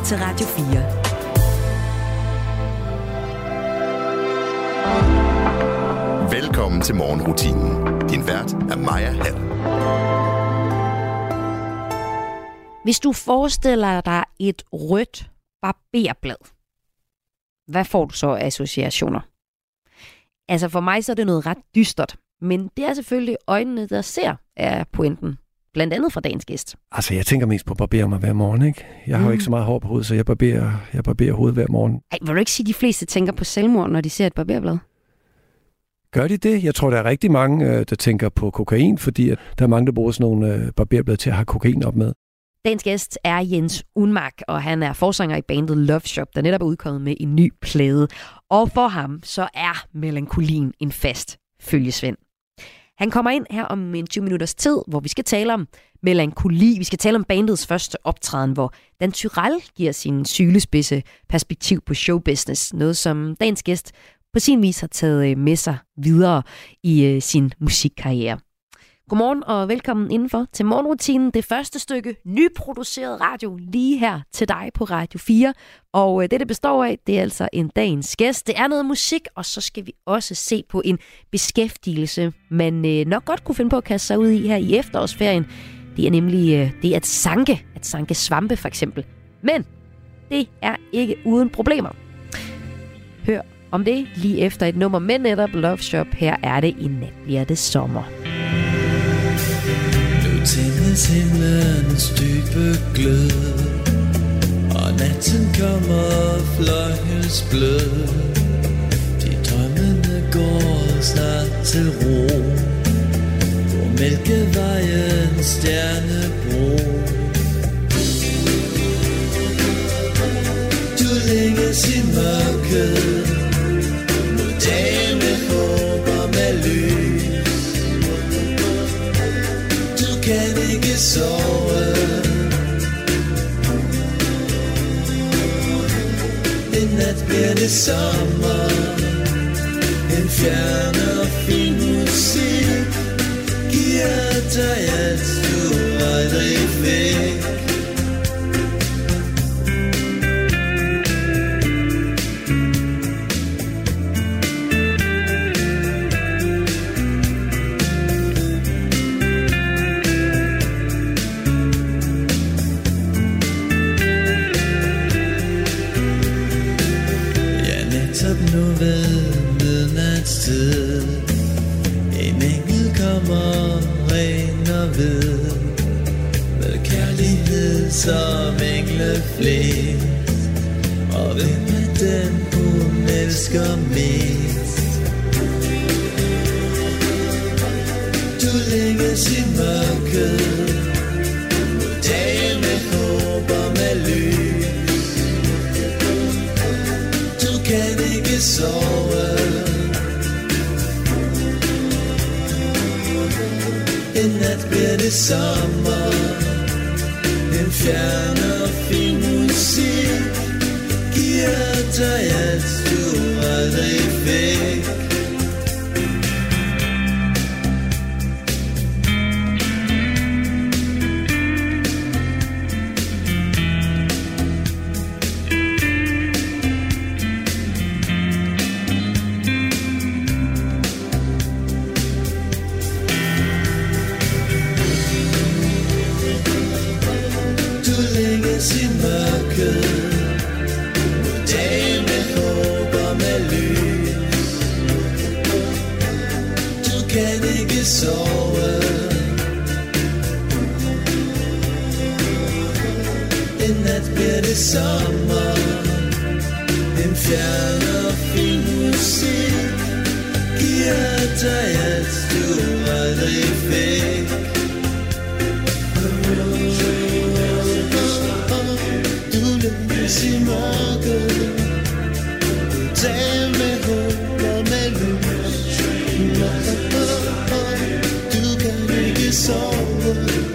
til Radio 4. Velkommen til morgenrutinen. Din vært er Maja Hall. Hvis du forestiller dig et rødt barberblad, hvad får du så af associationer? Altså for mig så er det noget ret dystert, men det er selvfølgelig øjnene, der ser, er pointen. Blandt andet fra dagens gæst. Altså, jeg tænker mest på at barbere mig hver morgen, ikke? Jeg har jo ikke så meget hår på hovedet, så jeg barberer hovedet hver morgen. Ej, vil du ikke sige, at de fleste tænker på selvmord, når de ser et barberblad? Gør de det? Jeg tror, der er rigtig mange, der tænker på kokain, fordi at der er mange, der bruger sådan nogle barberblad til at have kokain op med. Dagens gæst er Jens Unmark, og han er forsanger i bandet Love Shop, der netop er udkommet med en ny plade. Og for ham, så er melankolien en fast følgesvend. Han kommer ind her om en 20 minutters tid, hvor vi skal tale om melankoli. Vi skal tale om bandets første optræden, hvor Dan Turèll giver sin sylespidse perspektiv på showbusiness. Noget, som dagens gæst på sin vis har taget med sig videre i sin musikkarriere. Godmorgen og velkommen indenfor til morgenrutinen. Det første stykke nyproduceret radio lige her til dig på Radio 4. Og det består af, det er altså en dagens gæst. Det er noget musik, og så skal vi også se på en beskæftigelse, man nok godt kunne finde på at kaste sig ud i her i efterårsferien. Det er nemlig det at sanke svampe for eksempel. Men det er ikke uden problemer. Hør om det lige efter et nummer med netop Love Shop. Her er det I nat bliver det sommer. Tændes himlens dybe glød, og natten kommer fløjelsblød. De drømmende går snart til ro på Mælkevejens stjernebro. Du længes i mørket mod dagen med håb og med lys. Kan ikke sove. En nat bliver det sommer. En fjern og fin musik giver dig alt du aldrig fik. Nu ved midnatstid en engel kommer ren og hvid med kærlighed som engleflest. Og hvem er den hun elsker mest? Du længes i mørket mod dagen med håb og med lys. Kan ikke sove. En nat bliver det sommer. En fjern og fin musik giver dig alt du aldrig fik. Sommer, en fjern og fin musik giver dig alt du aldrig fik. Du længes i mørket, dag med håb og med lys. Du kan ikke sove.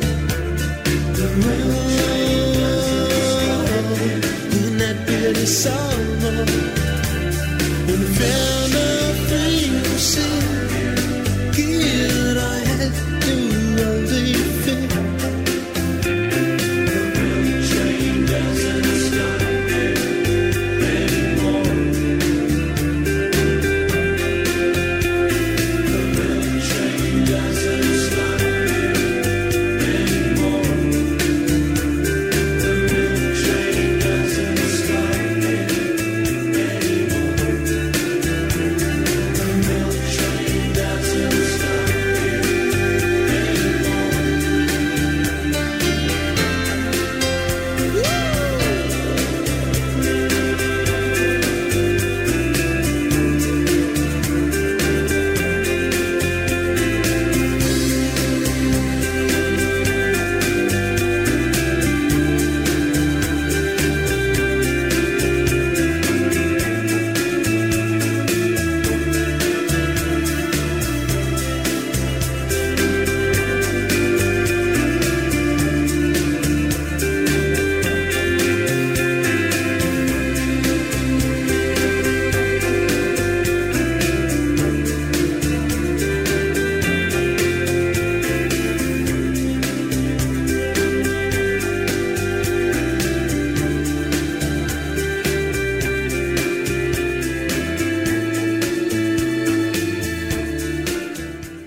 Det sommer, en fjern og fin musik giver dig alt du aldrig fik.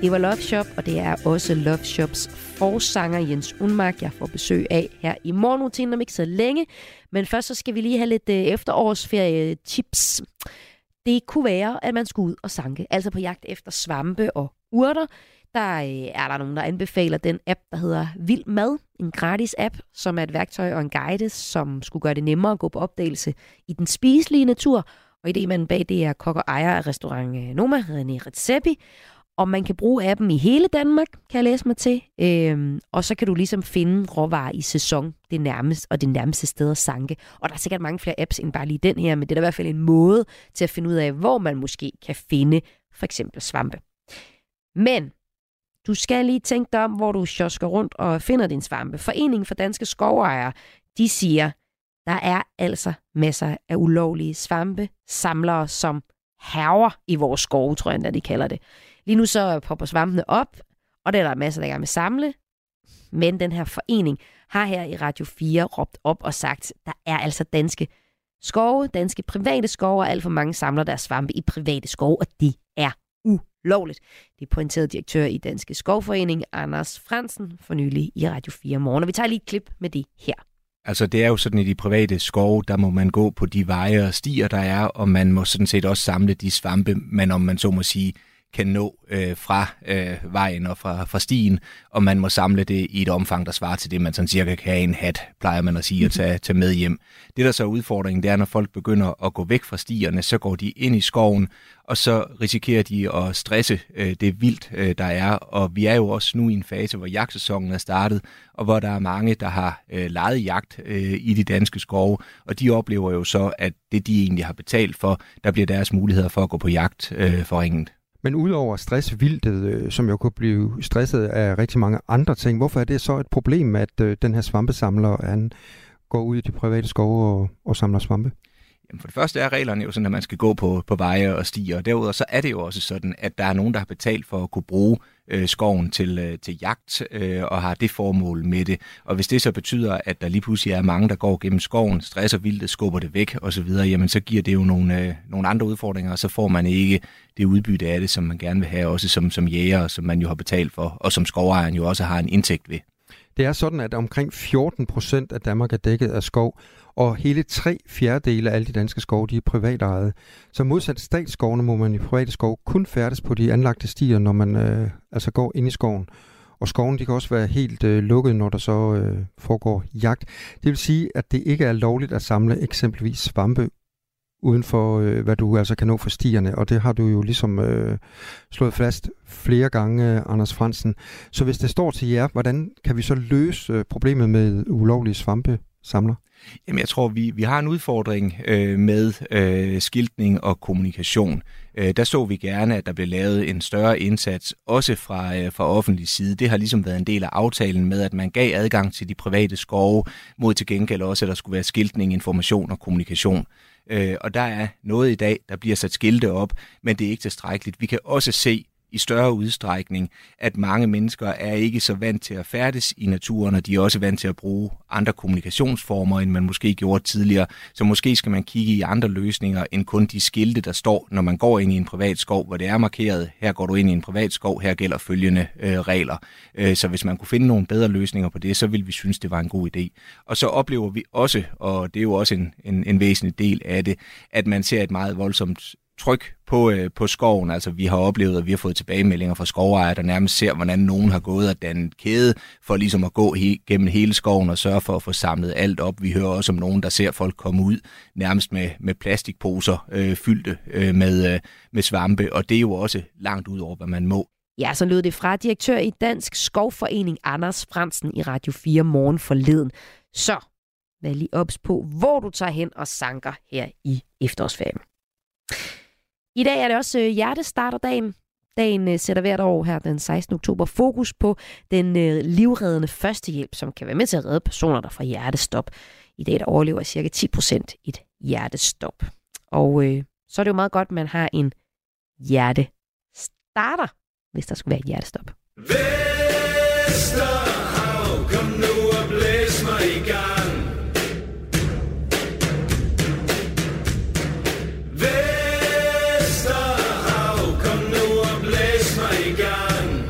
Det var Love Shop, og det er også Love Shops forsanger Jens Unmark, jeg får besøg af her i morgenrutinen om ikke så længe. Men først så skal vi lige have lidt efterårsferie-tips. Det kunne være, at man skulle ud og sanke, altså på jagt efter svampe og urter. Der er der nogen, der anbefaler den app, der hedder Vild Mad. En gratis app, som er et værktøj og en guide, som skulle gøre det nemmere at gå på opdagelse i den spiselige natur. Og idémanden bag det er kok og ejer af restaurant Noma, René Redzepi. Og man kan bruge appen i hele Danmark, kan jeg læse mig til. Og så kan du ligesom finde råvarer i sæson det nærmeste sted at sanke. Og der er sikkert mange flere apps end bare lige den her, men det er i hvert fald en måde til at finde ud af, hvor man måske kan finde for eksempel svampe. Men du skal lige tænke dig om, hvor du sjosker rundt og finder din svampe. Foreningen for Danske Skovejere, de siger, der er altså masser af ulovlige svampesamlere, som hærger i vores skove, tror jeg, de kalder det. Lige nu så popper svampene op, og der er masser, der gerne vil samle. Men den her forening har her i Radio 4 råbt op og sagt, der er altså danske skove, danske private skove, og alt for mange samler deres svampe i private skove, og det er ulovligt. Det pointerede direktør i Danske Skovforening, Anders Frandsen, for nylig i Radio 4 morgen. Og vi tager lige et klip med det her. Altså det er jo sådan, i de private skove, der må man gå på de veje og stier, der er, og man må sådan set også samle de svampe, man om man så må sige, kan nå fra vejen og fra stien, og man må samle det i et omfang, der svarer til det, man sådan cirka kan have en hat, plejer man at sige, at tage med hjem. Det, der så er udfordringen, det er, når folk begynder at gå væk fra stierne, så går de ind i skoven, og så risikerer de at stresse det vildt, der er. Og vi er jo også nu i en fase, hvor jagtsæsonen er startet, og hvor der er mange, der har lejet jagt i de danske skove, og de oplever jo så, at det, de egentlig har betalt for, der bliver deres muligheder for at gå på jagt forringet. Men udover stressvildtet, som jo kunne blive stresset af rigtig mange andre ting, hvorfor er det så et problem, at den her svampesamler han går ud i de private skove og samler svampe? Jamen for det første er reglerne jo sådan, at man skal gå på veje og stier, og derudover så er det jo også sådan, at der er nogen, der har betalt for at kunne bruge skoven til jagt og har det formål med det. Og hvis det så betyder, at der lige pludselig er mange, der går gennem skoven, stresser vildt, skubber det væk osv., jamen så giver det jo nogle andre udfordringer, og så får man ikke det udbytte af det, som man gerne vil have, også som jæger, som man jo har betalt for, og som skovejeren jo også har en indtægt ved. Det er sådan, at omkring 14% af Danmark er dækket af skov, og hele 3/4 af alle de danske skove, de er privatejede. Så modsat statsskovene må man i private skov kun færdes på de anlagte stier, når man altså går ind i skoven. Og skoven de kan også være helt lukket, når der så foregår jagt. Det vil sige, at det ikke er lovligt at samle eksempelvis svampe uden for, hvad du altså kan nå for stierne. Og det har du jo ligesom slået fast flere gange, Anders Frandsen. Så hvis det står til jer, hvordan kan vi så løse problemet med ulovlige svampesamler? Jamen, jeg tror, vi har en udfordring med skiltning og kommunikation. Der så vi gerne, at der blev lavet en større indsats, også fra offentlig side. Det har ligesom været en del af aftalen med, at man gav adgang til de private skove, mod til gengæld også, at der skulle være skiltning, information og kommunikation. Og der er noget i dag, der bliver sat skilte op, men det er ikke tilstrækkeligt. Vi kan også se i større udstrækning, at mange mennesker er ikke så vant til at færdes i naturen, og de er også vant til at bruge andre kommunikationsformer, end man måske gjorde tidligere. Så måske skal man kigge i andre løsninger, end kun de skilte, der står, når man går ind i en privat skov, hvor det er markeret, her går du ind i en privat skov, her gælder følgende regler. Så hvis man kunne finde nogle bedre løsninger på det, så ville vi synes, det var en god idé. Og så oplever vi også, og det er jo også en væsentlig del af det, at man ser et meget voldsomt tryk på skoven. Altså vi har oplevet, at vi har fået tilbagemeldinger fra skovejere, der nærmest ser, hvordan nogen har gået og dannet kæde for ligesom at gå gennem hele skoven og sørge for at få samlet alt op. Vi hører også om nogen, der ser folk komme ud nærmest med plastikposer fyldte med svampe, og det er jo også langt ud over, hvad man må. Ja, så lød det fra direktør i Dansk Skovforening, Anders Frandsen, i Radio 4 morgen forleden. Så vær lige ops på, hvor du tager hen og sanker her i efterårsferien. I dag er det også hjertestarterdagen. Dagen sætter hvert år her den 16. oktober fokus på den livreddende førstehjælp, som kan være med til at redde personer, der får hjertestop. I dag der overlever ca. 10% et hjertestop. Og så er det jo meget godt, at man har en hjertestarter, hvis der skulle være et hjertestop. Vesterhav, kom nu og blæs mig i gang. Vesterhav, kom nu og blæs mig i gang.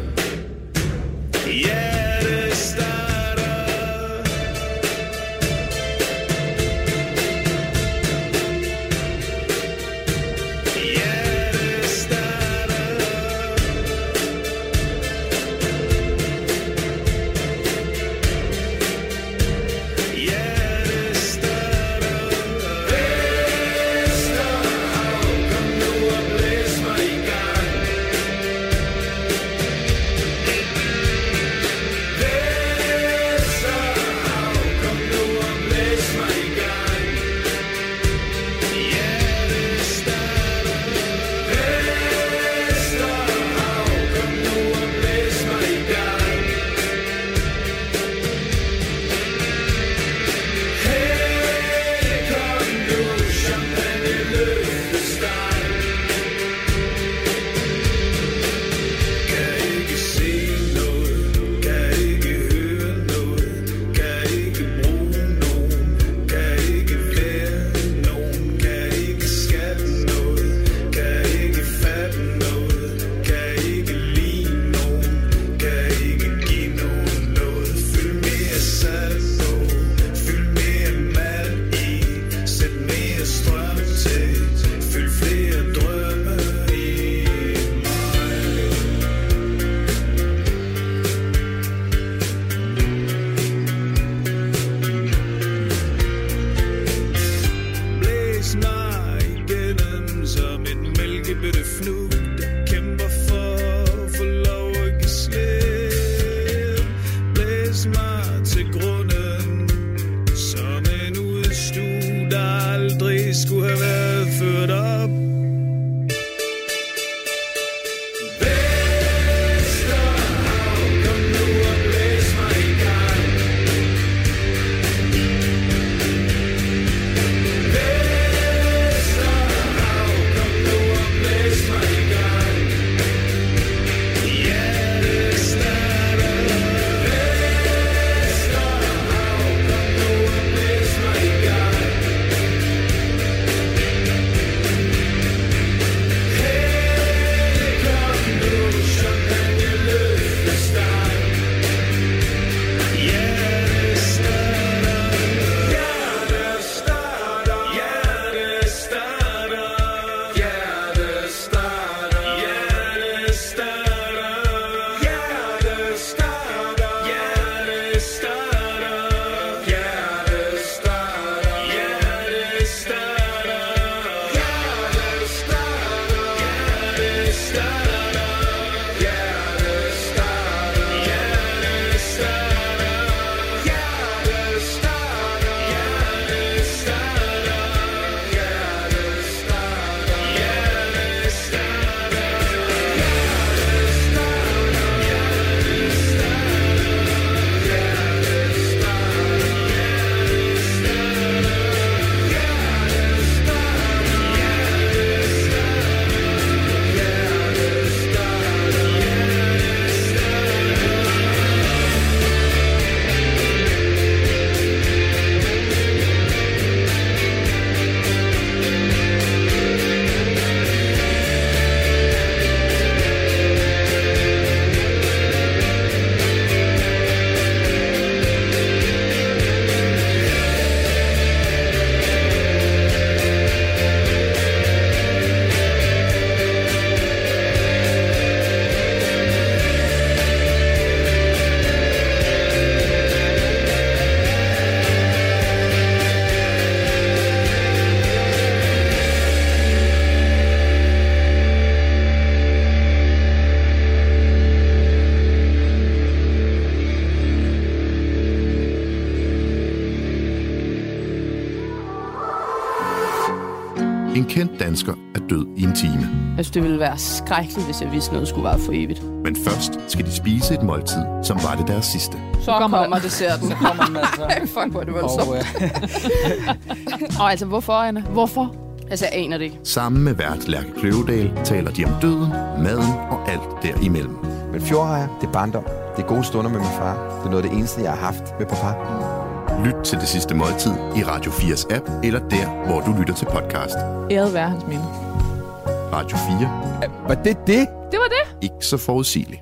En kendt dansker er død i en time. Altså, det ville være skrækkeligt, hvis jeg vidste noget skulle være for evigt. Men først skal de spise et måltid, som var det deres sidste. Så kommer desserten. Så kommer man altså. Fuck, hvor er det voldsomt. Og altså, hvorfor, Anna? Hvorfor? Altså, jeg aner det ikke. Sammen med vært Lærke Kløvedal taler de om døden, maden og alt derimellem. Men fjordrejer, det er barndom. Det er gode stunder med min far. Det er noget af det eneste, jeg har haft med papa. Lyt til Det Sidste Måltid i Radio 4's app, eller der, hvor du lytter til podcast. Æret være hans minde. Radio 4. Var det? Det var det. Ikke så forudsigeligt.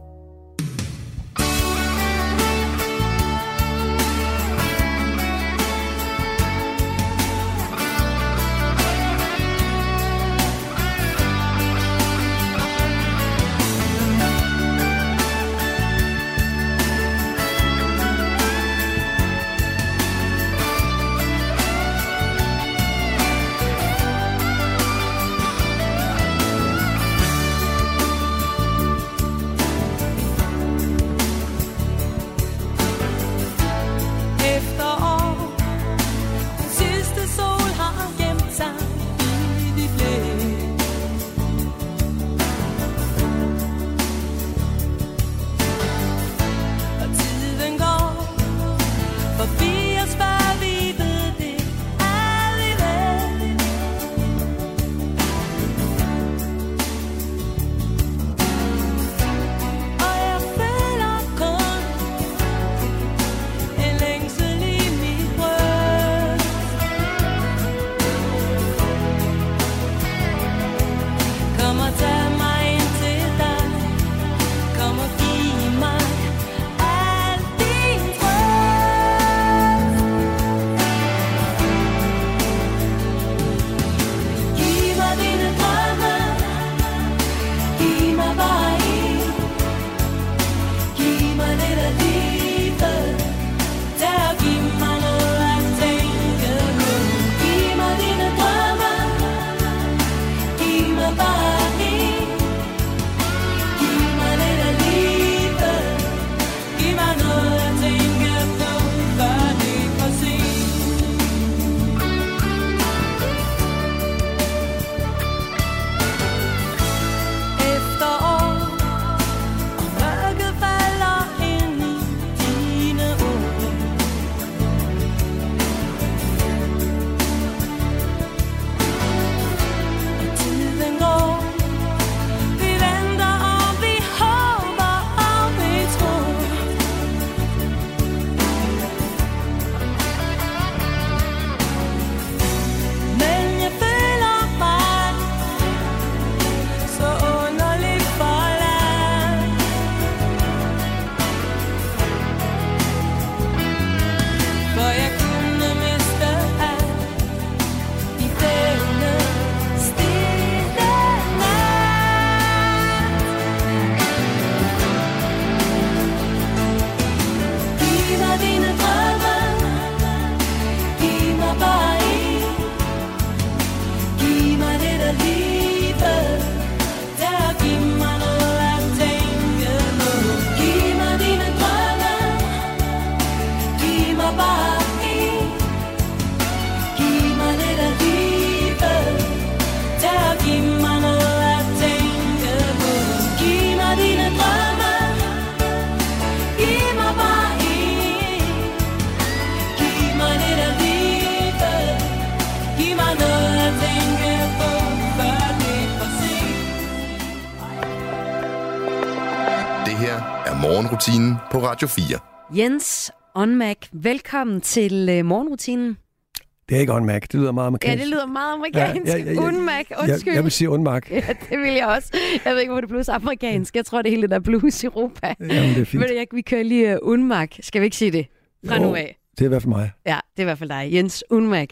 Morgenrutinen på Radio 4. Jens Unmac, velkommen til morgenrutinen. Det er ikke Unmac, det lyder meget amerikansk. Ja, det lyder meget amerikansk. Unmac, undskyld. Jeg vil sige Unmac. Ja, det vil jeg også. Jeg ved ikke, hvor det blues amerikansk. Jeg tror, det hele der blues i Europa. Jamen, det er fint. Vi kører lige Unmac. Skal vi ikke sige det fra nu af? Det er i hvert fald mig. Ja, det er i hvert fald dig. Jens Unmac.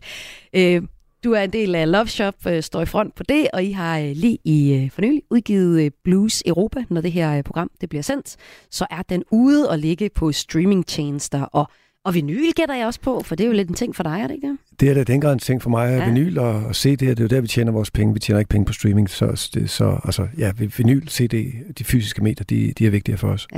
Du er en del af Love Shop, står i front på det, og I har lige for nylig udgivet Blues Europa, når det her program det bliver sendt. Så er den ude og ligge på streamingtjenester, og vinyl gætter jeg også på, for det er jo lidt en ting for dig, er det ikke? Det er da dengang en ting for mig, ja. Vinyl og CD, det er jo der, vi tjener vores penge. Vi tjener ikke penge på streaming, så altså, ja, vinyl, CD, de fysiske medier, de er vigtige for os. Ja.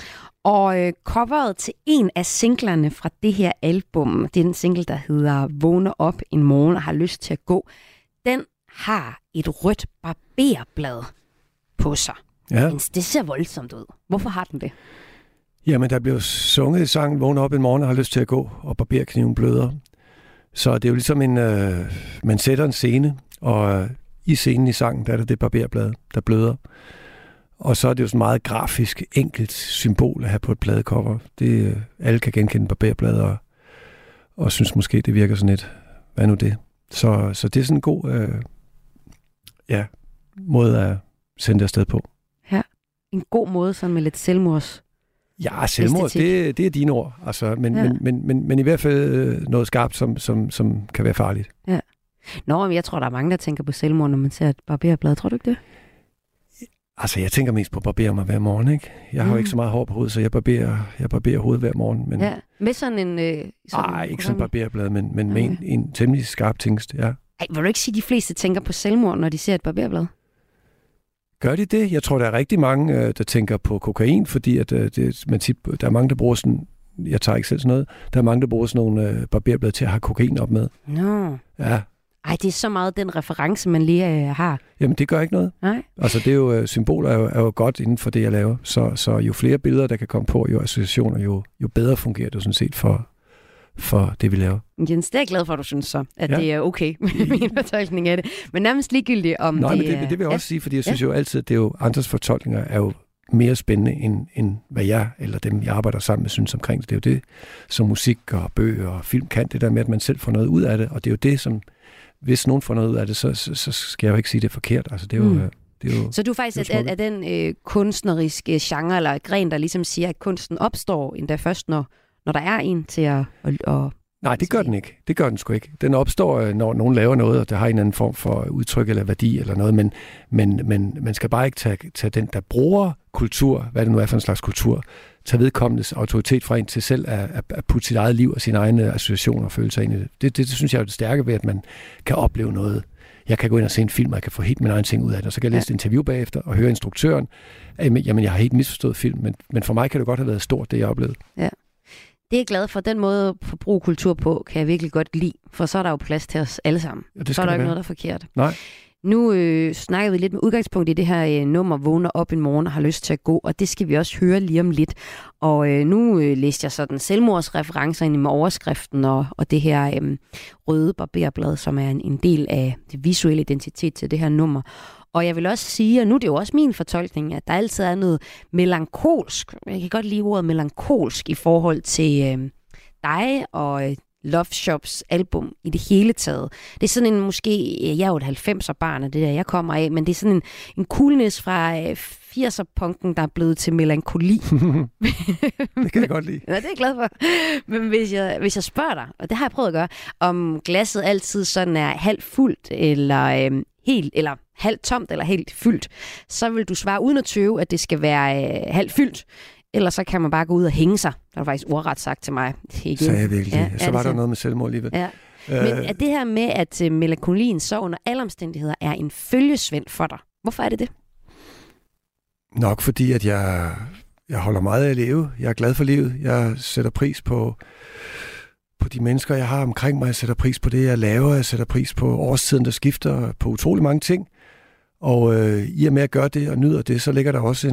Og coveret til en af singlerne fra det her album, det er den single, der hedder Vågne op en morgen og har lyst til at gå, den har et rødt barberblad på sig. Ja. Det ser voldsomt ud. Hvorfor har den det? Jamen, der blev sunget i sangen, vågner op en morgen og har lyst til at gå, og barberkniven bløder. Så det er jo ligesom man sætter en scene, og i scenen i sangen, der er det barberblad, der bløder. Og så er det jo sådan meget grafisk, enkelt symbol at have på et pladecover. Alle kan genkende barberblad, og synes måske, det virker sådan lidt, hvad nu det? Så det er sådan en god måde at sende det afsted på. Ja, en god måde sådan med lidt selvmords. Ja, selvmord, det er dine ord. Altså, men i hvert fald noget skarpt, som kan være farligt. Ja. Nå, men jeg tror, der er mange, der tænker på selvmord, når man ser et barberblad. Tror du ikke det? Altså, jeg tænker mest på at barbere mig hver morgen, ikke? Jeg har jo ikke så meget hår på hovedet, så jeg barberer hovedet hver morgen. Men... Ja, med sådan en... Nej, ikke sådan en barberblad, men med en temmelig skarp tingest, ja. Ej, vil du ikke sige, at de fleste tænker på selvmord, når de ser et barberblad? Gør de det? Jeg tror, der er rigtig mange, der tænker på kokain, fordi at, der er mange, der bruger sådan... Jeg tager ikke selv sådan noget. Der er mange, der bruger sådan nogle barberblad til at have kokain op med. Nå. Ja. Ej, det er så meget den reference, man lige har. Jamen, det gør ikke noget. Nej. Altså, det er jo, symboler er jo godt inden for det, jeg laver. Så jo flere billeder, der kan komme på, jo associationer, jo bedre fungerer det sådan set for det, vi laver. Jens, det er jeg glad for, at du synes så, at det er okay med min fortolkning af det. Men nærmest ligegyldigt om men det vil jeg også sige, fordi jeg synes jo altid, at det er jo andres fortolkninger er jo mere spændende, end hvad jeg eller dem, jeg arbejder sammen med, synes omkring det. Det er jo det, som musik og bøger og film kan, det der med, at man selv får noget ud af det. Og det er jo det, som hvis nogen får noget ud af det, så skal jeg jo ikke sige, det er forkert. Altså, det er jo, det er jo, så du er faktisk af den kunstneriske genre eller gren, der ligesom siger, at kunsten opstår endda først, når der er en til at Nej, det gør den ikke. Det gør den sgu ikke. Den opstår, når nogen laver noget, og der har en anden form for udtryk eller værdi eller noget, men man skal bare ikke tage den, der bruger kultur, hvad det nu er for en slags kultur, tage vedkommendes autoritet fra en til selv at putte sit eget liv og sine egne associationer og følelser ind i det. Det synes jeg er det stærke ved, at man kan opleve noget. Jeg kan gå ind og se en film, og jeg kan få helt min egen ting ud af det, og så kan jeg læse et interview bagefter og høre instruktøren. Jamen, jeg har helt misforstået film, men for mig kan det godt have været stort, det jeg oplevede. Ja. Det er jeg glad for. Den måde at bruge kultur på, kan jeg virkelig godt lide, for så er der jo plads til os alle sammen. Ja, så er der ikke noget, der er forkert. Nej. Nu snakkede vi lidt med udgangspunkt i det her nummer, vågner op en morgen og har lyst til at gå, og det skal vi også høre lige om lidt. Og nu læste jeg sådan selvmordsreferencer ind i overskriften og det her røde barberblad, som er en del af det visuelle identitet til det her nummer. Og jeg vil også sige, og nu er det jo også min fortolkning, at der altid er noget melankolsk. Jeg kan godt lide ordet melankolsk i forhold til dig og Love Shops album i det hele taget. Det er sådan en, måske, jeg er jo et 90'er barn af det der, jeg kommer af, men det er sådan en coolness fra 80'er-punken, der er blevet til melankoli. Det kan jeg godt lide. Ja, det er jeg glad for. Men hvis jeg spørger dig, og det har jeg prøvet at gøre, om glasset altid sådan er halvt fuldt, eller helt, eller halvt tomt, eller helt fyldt, så vil du svare uden at tøve, at det skal være halvt fyldt. Eller så kan man bare gå ud og hænge sig. Der var faktisk ordret sagt til mig. Igen. Sagde jeg virkelig. Ja, så var der noget med selvmord alligevel. Ja. Men er det her med, at melankolien så under alle omstændigheder er en følgesvend for dig? Hvorfor er det det? Nok fordi, at jeg holder meget af at leve. Jeg er glad for livet. Jeg sætter pris på de mennesker, jeg har omkring mig. Jeg sætter pris på det, jeg laver. Jeg sætter pris på årstiden, der skifter på utrolig mange ting. Og i og med at gøre det og nyder det, så ligger der også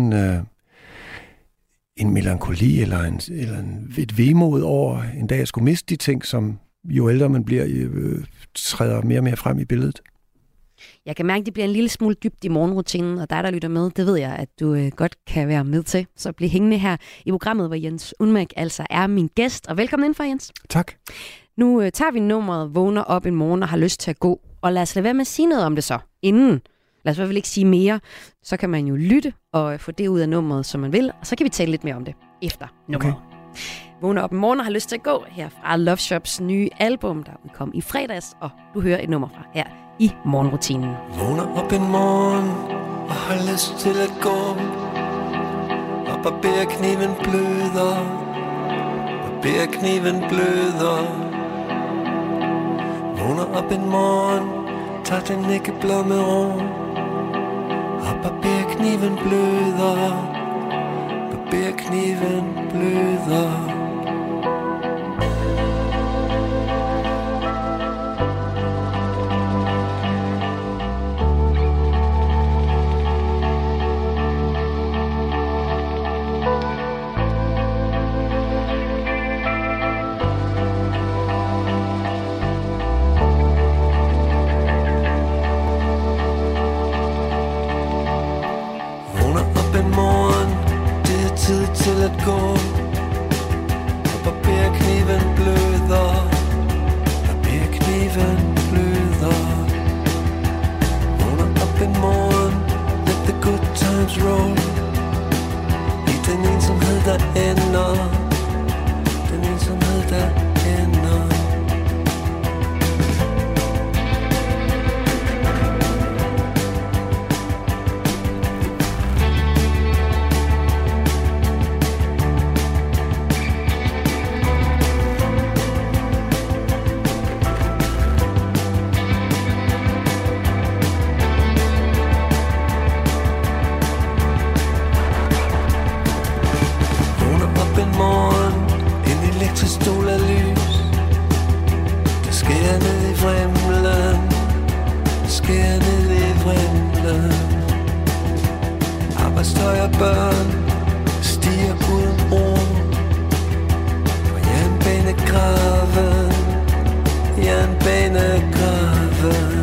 en melankoli eller et vemod over en dag, jeg skulle miste de ting, som jo ældre man bliver, træder mere og mere frem i billedet. Jeg kan mærke, at det bliver en lille smule dybt i morgenrutinen, og dig, der lytter med, det ved jeg, at du godt kan være med til. Så bliv hængende her i programmet, hvor Jens Unmack altså er min gæst. Og velkommen indenfor, Jens. Tak. Nu tager vi nummeret vågner op en morgen og har lyst til at gå, og lad os lade være med at sige noget om det så, inden. Lad os i hvert fald ikke sige mere. Så kan man jo lytte og få det ud af nummeret, som man vil, og så kan vi tale lidt mere om det efter nummeret. Okay. Vågner op en morgen og har lyst til at gå her fra Love Shops nye album, der udkom i fredags, og du hører et nummer fra her i morgenrutinen. Vågner op en morgen og har lyst til at gå, og barberkniven bløder, barberkniven bløder. Vågner op en morgen, tager den ikke blå med ro, og barberkniven bløder, barberkniven bløder. Skær ned i fremlen, skær ned i fremlen. Arbejdstøj og børn stiger uden ord på jernbanegraven, jernbanegraven.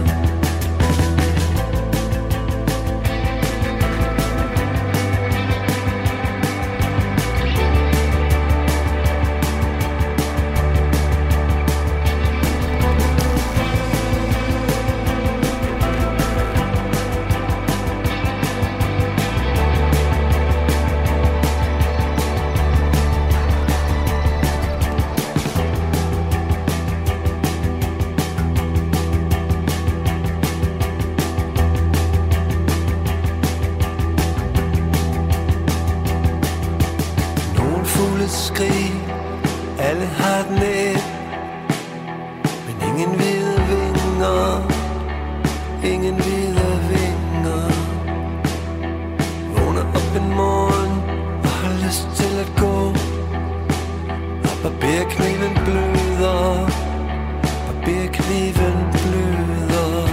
Skrig, alle har den et, men ingen hvide vinger, ingen hvide vinger. Vågner op en morgen og har lyst til at gå, og barberkniven bløder, barberkniven bløder.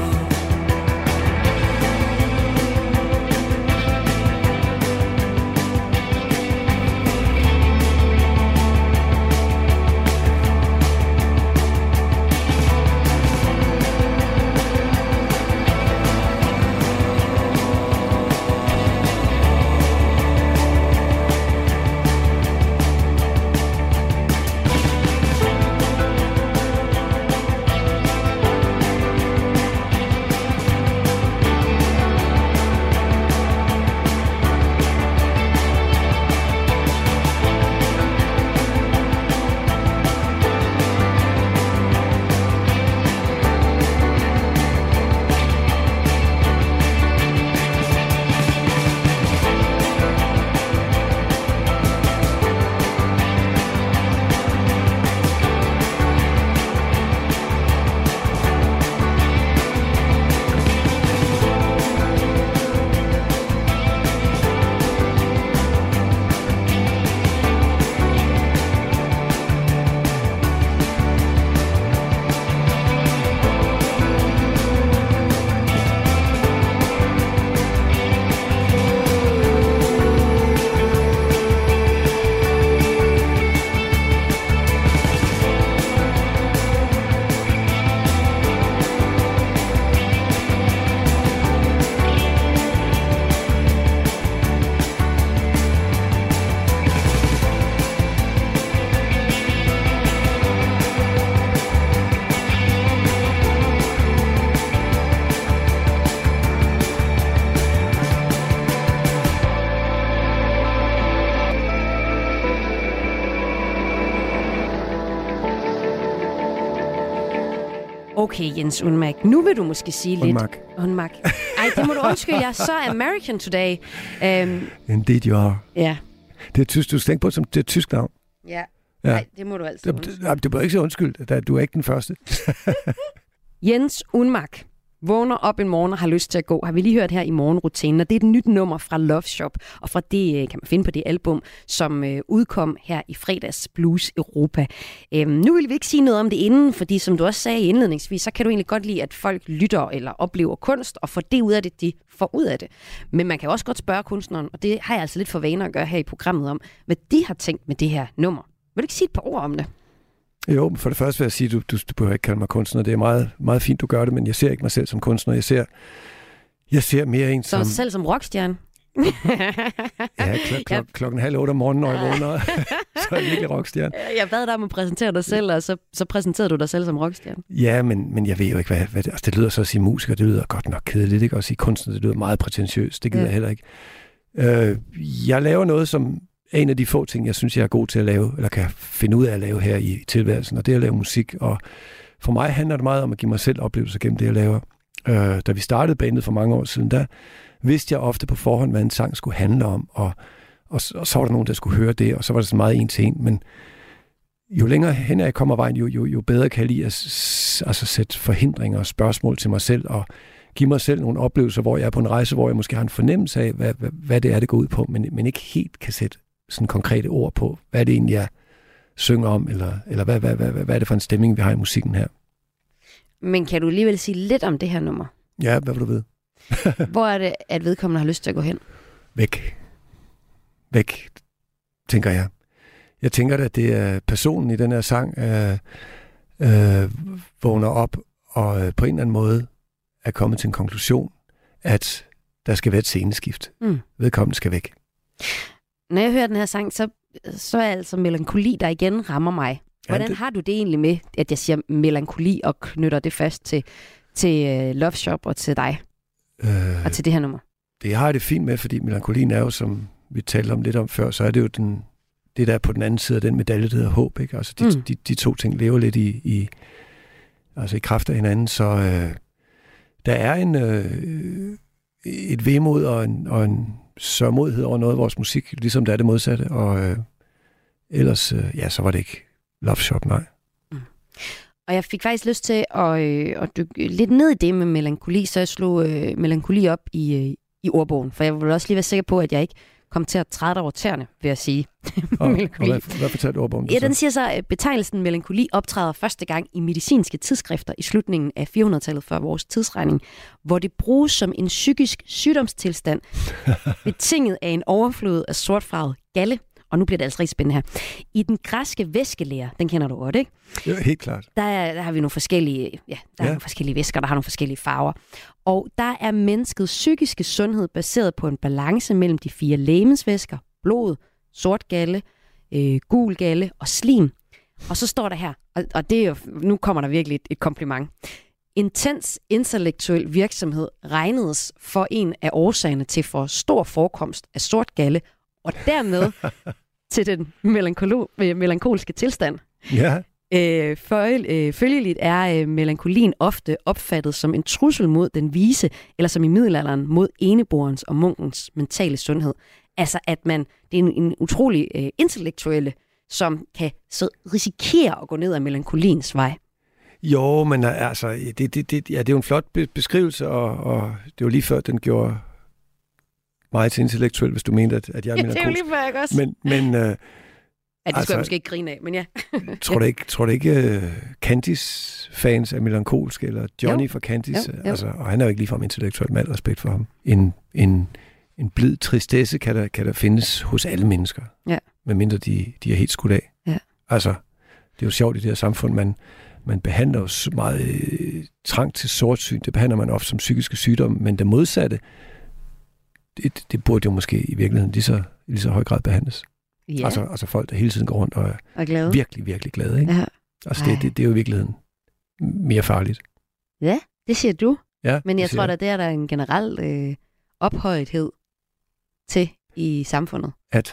Okay, Jens Unmark. Nu vil du måske sige lidt... Unmark. Ej, det må du undskylde. Jeg er så American today. Indeed you are. Ja. Det er tysk, du tænker på som det er tysk navn. Ja. Nej, det må du altid undskylde. Det bør ikke sige undskyld. Du er ikke den første. Jens Unmark vågner op en morgen og har lyst til at gå, har vi lige hørt her i morgenrutinen, og det er et nyt nummer fra Love Shop, og fra det kan man finde på det album, som udkom her i fredags, Blues Europa. Nu vil vi ikke sige noget om det inden, fordi som du også sagde indledningsvis, så kan du egentlig godt lide, at folk lytter eller oplever kunst, og får det ud af det, de får ud af det. Men man kan også godt spørge kunstneren, og det har jeg altså lidt for vaner at gøre her i programmet om, hvad de har tænkt med det her nummer. Vil du ikke sige et par ord om det? Jo, for det første vil jeg sige, du behøver ikke kalde mig kunstner. Det er meget, meget fint, du gør det, men jeg ser ikke mig selv som kunstner. Jeg ser mere en som... Så selv som rockstjerne? Ja, klokken 7:30 om morgenen, når jeg vågner, så er jeg virkelig rockstjerne. Jeg bad dig om at præsentere dig selv, og så præsenterede du dig selv som rockstjerne. Ja, men jeg ved jo ikke, hvad det, altså, det lyder så at sige musiker, det lyder godt nok kedeligt, ikke? Og at sige kunstner, det lyder meget prætentiøst, det gider jeg heller ikke. Jeg laver noget, som en af de få ting, jeg synes, jeg er god til at lave, eller kan finde ud af at lave her i tilværelsen, og det er at lave musik. Og for mig handler det meget om at give mig selv oplevelser gennem det, jeg laver. Da vi startede bandet for mange år siden, der vidste jeg ofte på forhånd, hvad en sang skulle handle om, og så var der nogen, der skulle høre det, og så var det så meget en til en. Men jo længere hen jeg kommer vejen, jo bedre kan jeg lide at sætte forhindringer og spørgsmål til mig selv, og give mig selv nogle oplevelser, hvor jeg er på en rejse, hvor jeg måske har en fornemmelse af, hvad det er, det går ud på, men ikke helt kan sætte sådan konkrete ord på, hvad det egentlig jeg synger om, eller hvad er det for en stemning, vi har i musikken her. Men kan du alligevel sige lidt om det her nummer? Ja, hvad vil du vide? Hvor er det, at vedkommende har lyst til at gå hen? Væk, tænker jeg. Jeg tænker, at det er personen i den her sang, vågner op og på en eller anden måde er kommet til en konklusion, at der skal være et sceneskift. Vedkommende skal væk. Når jeg hører den her sang, så er altså melankoli, der igen rammer mig. Hvordan har du det egentlig med, at jeg siger melankoli og knytter det fast til Love Shop og til dig? Og til det her nummer? Det har jeg det fint med, fordi melankolien er jo, som vi talte om lidt om før, så er det jo det der på den anden side af den medalje, der hedder håb. Ikke? Altså de to ting lever lidt i kraft af hinanden, så der er et vemod og en sørgmodighed over noget af vores musik, ligesom der er det modsatte, og ellers, så var det ikke Love Shop, nej. Og jeg fik faktisk lyst til at dykke lidt ned i det med melankoli, så jeg slog melankoli op i ordbogen, for jeg vil også lige være sikker på, at jeg ikke kom til at træde over tæerne, vil jeg sige. Og hvad fortalte ordbogen? Ja, den siger så, at betegnelsen melankoli optræder første gang i medicinske tidsskrifter i slutningen af 400-tallet før vores tidsregning, hvor det bruges som en psykisk sygdomstilstand, betinget af en overflod af sortfarvet galle. Og nu bliver det altså rigtig spændende her. I den græske væskelære, den kender du godt, ikke? Ja, helt klart. Der har vi nogle forskellige, nogle forskellige væsker, der har nogle forskellige farver. Og der er menneskets psykiske sundhed baseret på en balance mellem de 4 legemsvæsker, blod, sort galle, gul galle og slim. Og så står der her, og det er jo, nu kommer der virkelig et kompliment. Intens intellektuel virksomhed regnedes for en af årsagerne til for stor forekomst af sort galle, og dermed til den melankolske tilstand. Ja. Følgeligt er melankolien ofte opfattet som en trussel mod den vise, eller som i middelalderen mod eneborens og munkens mentale sundhed. Altså at det er en utrolig intellektuelle, som kan så risikere at gå ned ad melankoliens vej. Jo, men altså, det er jo en flot beskrivelse, og det var lige før, den gjorde meget til intellektuel, hvis du mente, at jeg er melankolsk. Det er jo lige før, ikke også? Men det skulle jeg måske ikke grine af, men ja. tror du ikke Candice-fans er melankolske, eller Johnny fra Candice? Jo. Altså, og han er jo ikke ligefrem intellektuel, med al respekt for ham. En blid tristesse kan der findes hos alle mennesker, medmindre de er helt skudt af. Ja. Altså, det er jo sjovt i det her samfund, man behandler jo meget trang til sortsyn. Det behandler man ofte som psykiske sygdomme, men det modsatte, det burde jo måske i virkeligheden lige så høj grad behandles. Ja. Altså folk, der hele tiden går rundt og er virkelig, virkelig glade. Ikke? Ja. Altså det er jo i virkeligheden mere farligt. Ja, det siger du. Ja, men jeg tror, at der er en generel ophøjethed til i samfundet.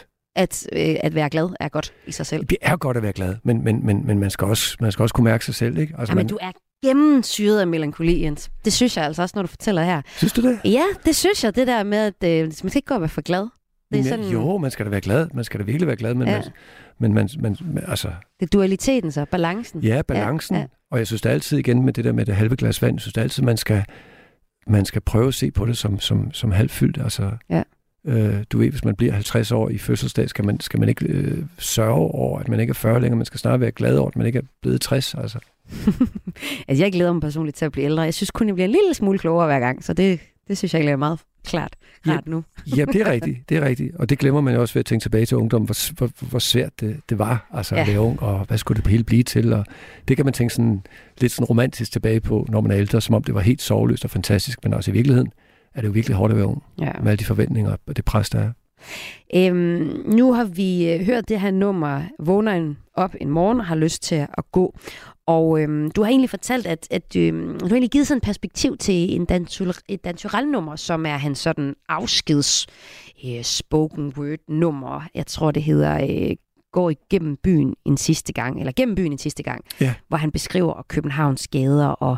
At være glad er godt i sig selv. Det er godt at være glad, men man skal også kunne mærke sig selv, ikke? Altså, men du er gennemsyret af melankoli, Jens. Det synes jeg altså også, når du fortæller her. Synes du det? Ja, det synes jeg. Det der med, at man skal ikke gå og være for glad. Det er sådan... Jo, man skal da være glad. Man skal da virkelig være glad, men altså... Det er dualiteten så, balancen. Ja, balancen. Ja. Og jeg synes da altid igen med det der med det halve glas vand, jeg synes da altid, man skal prøve at se på det som halvfyldt. Altså, du ved, hvis man bliver 50 år i fødselsdag, skal man ikke sørge over, at man ikke er 40 længere. Man skal snarere være glad over, at man ikke er blevet 60. Altså. Altså, jeg glæder mig personligt til at blive ældre. Jeg synes kun, jeg bliver en lille smule klogere hver gang, så det synes jeg egentlig er meget klart nu. Ja, det er rigtigt. Og det glemmer man jo også ved at tænke tilbage til ungdommen, hvor svært det var altså at være ung, og hvad skulle det hele blive til. Og det kan man tænke sådan, lidt sådan romantisk tilbage på, når man er ældre, som om det var helt sorgløst og fantastisk, men også i virkeligheden er det jo virkelig hårdt at være ung, med alle de forventninger og det pres, der er. Nu har vi hørt det her nummer, vågner op en morgen og har lyst til at gå. Og du har egentlig fortalt, at du har egentlig givet sådan et perspektiv til et Dan Turèll-nummer, som er hans sådan afskeds spoken word-nummer. Jeg tror, det hedder Går igennem byen en sidste gang, eller gennem byen en sidste gang, hvor han beskriver Københavns gader. Og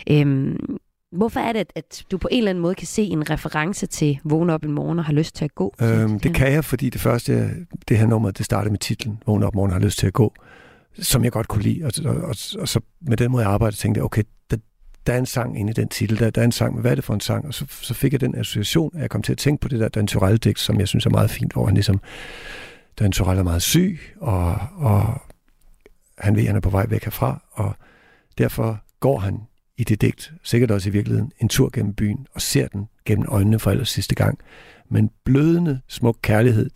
hvorfor er det, at du på en eller anden måde kan se en reference til vågne op en morgen og har lyst til at gå? Det kan jeg, fordi det første, det her nummer, det startede med titlen Vågne op morgen og har lyst til at gå, som jeg godt kunne lide. Og så med den måde, jeg arbejdede, tænkte jeg, okay, der er en sang inde i den titel, der er en sang, men hvad er det for en sang? Og så fik jeg den association, at jeg kom til at tænke på det der Dan Turèll-digt, som jeg synes er meget fint, hvor han ligesom, Dan Turèll er meget syg, og han ved, at han er på vej væk herfra, og derfor går han i det digt, sikkert også i virkeligheden, en tur gennem byen, og ser den gennem øjnene for allers sidste gang. Men blødende, smuk kærlighed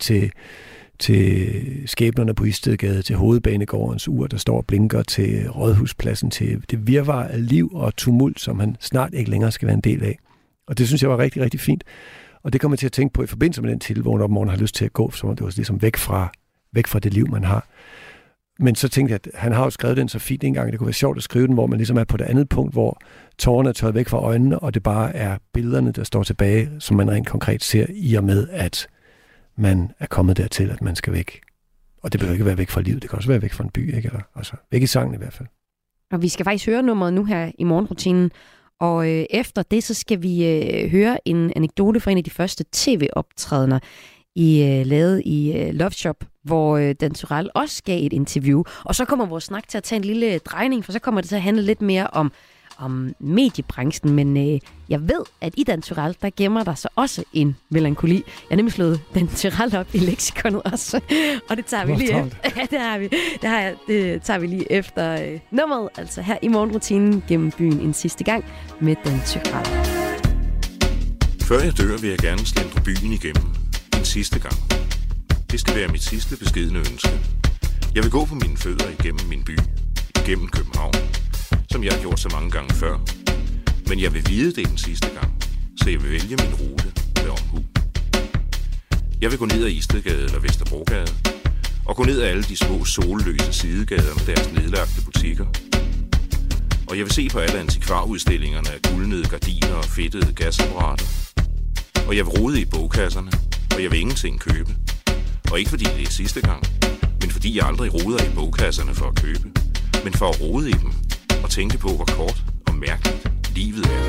til skæbnerne på Istedgade, til Hovedbanegårdens ur, der står og blinker, til Rådhuspladsen, til det virvar af liv og tumult, som han snart ikke længere skal være en del af. Og det synes jeg var rigtig, rigtig fint. Og det kommer jeg til at tænke på i forbindelse med den tilvågen, om morgenen har lyst til at gå, så det var ligesom væk fra det liv, man har. Men så tænkte jeg, at han har jo skrevet den så fint en gang, det kunne være sjovt at skrive den, hvor man ligesom er på det andet punkt, hvor tårerne er tørret væk fra øjnene, og det bare er billederne, der står tilbage, som man rent konkret ser, i og med, at man er kommet dertil, at man skal væk. Og det behøver ikke være væk fra livet, det kan også være væk fra en by, ikke? Eller, altså, væk i sangen i hvert fald. Og vi skal faktisk høre nummeret nu her i morgenrutinen, og efter det, så skal vi høre en anekdote fra en af de første tv-optrædener, I lavede i Love Shop, hvor Dan Turèll også gav et interview. Og så kommer vores snak til at tage en lille drejning, for så kommer det til at handle lidt mere om mediebranchen. Men jeg ved, at i Dan Turèll, der gemmer der så også en melankoli. Jeg har nemlig slået Dan Turèll op i leksikonet også. Og det tager vi lige efter. Ja, det tager vi lige efter nummeret. Altså her i morgenrutinen gennem byen en sidste gang med Dan Turèll. Før jeg dør, vil jeg gerne slendre byen igennem. En sidste gang. Det skal være mit sidste beskedne ønske. Jeg vil gå på mine fødder igennem min by, igennem København, som jeg har gjort så mange gange før. Men jeg vil vide det den sidste gang, så jeg vil vælge min rute med omhu. Jeg vil gå ned ad Istedgade eller Vesterbrogade, og gå ned ad alle de små solløse sidegader med deres nedlagte butikker. Og jeg vil se på alle antikvarudstillingerne af guldnede gardiner og fedtede gasapparater. Og jeg vil rode i bogkasserne, og jeg vil ingenting købe. Og ikke fordi det er sidste gang, men fordi jeg aldrig roder i bogkasserne for at købe, men for at rode i dem og tænke på, hvor kort og mærkeligt livet er.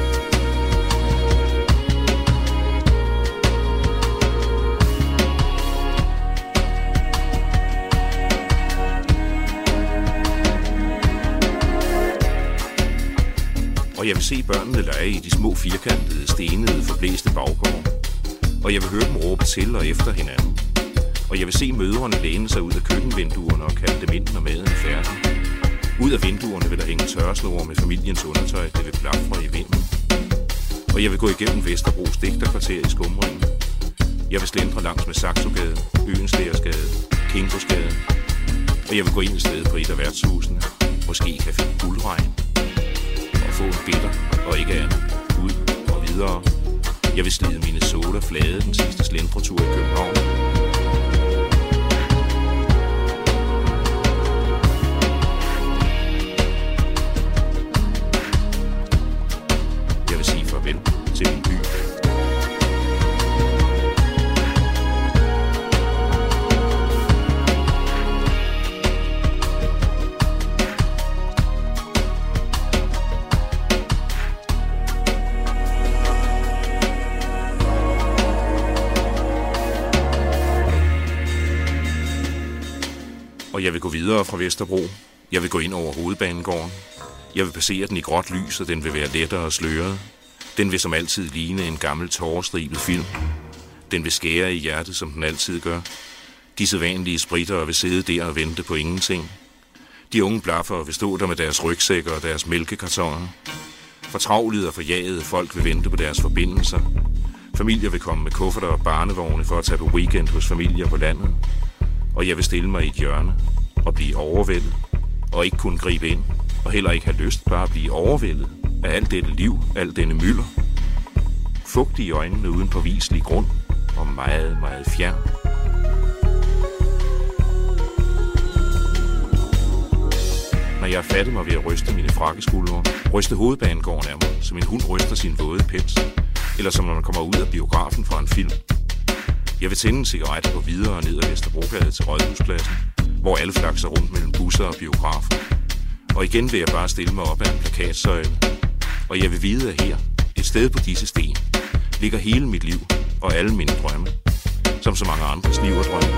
Og jeg vil se børnene lege i de små firkantede, stenede, forblæste baggårde. Og jeg vil høre dem råbe til og efter hinanden. Og jeg vil se mødrene læne sig ud af køkkenvinduerne og kalde dem ind, når maden er færdig. Ud af vinduerne vil der hænge tørresnore med familiens undertøj, det vil plafre i vinden. Og jeg vil gå igennem Vesterbros digterkvarter i Skumringen. Jeg vil slendre langs med Saxogade, Øenslærergade, Kingosgade. Og jeg vil gå ind et sted på et af værtshusene, måske Café Guldregn, og få en bitter og ikke andet, ud og videre. Jeg vil slide mine soda flade den sidste slendretur i København. Jeg vil sige farvel til min by. Og jeg vil gå videre fra Vesterbro. Jeg vil gå ind over Hovedbanegården. Jeg vil passere den i gråt lys, og den vil være lettere og sløret. Den vil som altid ligne en gammel tårestribet film. Den vil skære i hjertet, som den altid gør. De sædvanlige spritter vil sidde der og vente på ingenting. De unge blaffer vil stå der med deres rygsækker og deres mælkekartoner. Fortravlede og forjagede folk vil vente på deres forbindelser. Familier vil komme med kufferter og barnevogne for at tage på weekend hos familier på landet. Og jeg vil stille mig i et hjørne og blive overvældet, og ikke kunne gribe ind, og heller ikke have lyst, bare at blive overvældet af alt dette liv, alt denne mylder. Fugtig i øjnene uden påviselig grund, og meget, meget fjern. Når jeg er fattet mig ved at ryste mine frakkeskuldre, ryste Hovedbanegården af mig, som en hund ryster sin våde pels, eller som når man kommer ud af biografen fra en film. Jeg vil tænde en cigaret og gå videre ned ad Vesterbrogade til Rådhuspladsen, hvor alle flakser rundt mellem busser og biografer. Og igen vil jeg bare stille mig op ad en plakatsøjle. Og jeg vil vide, at her, et sted på disse sten, ligger hele mit liv og alle mine drømme, som så mange andres liv og drømme.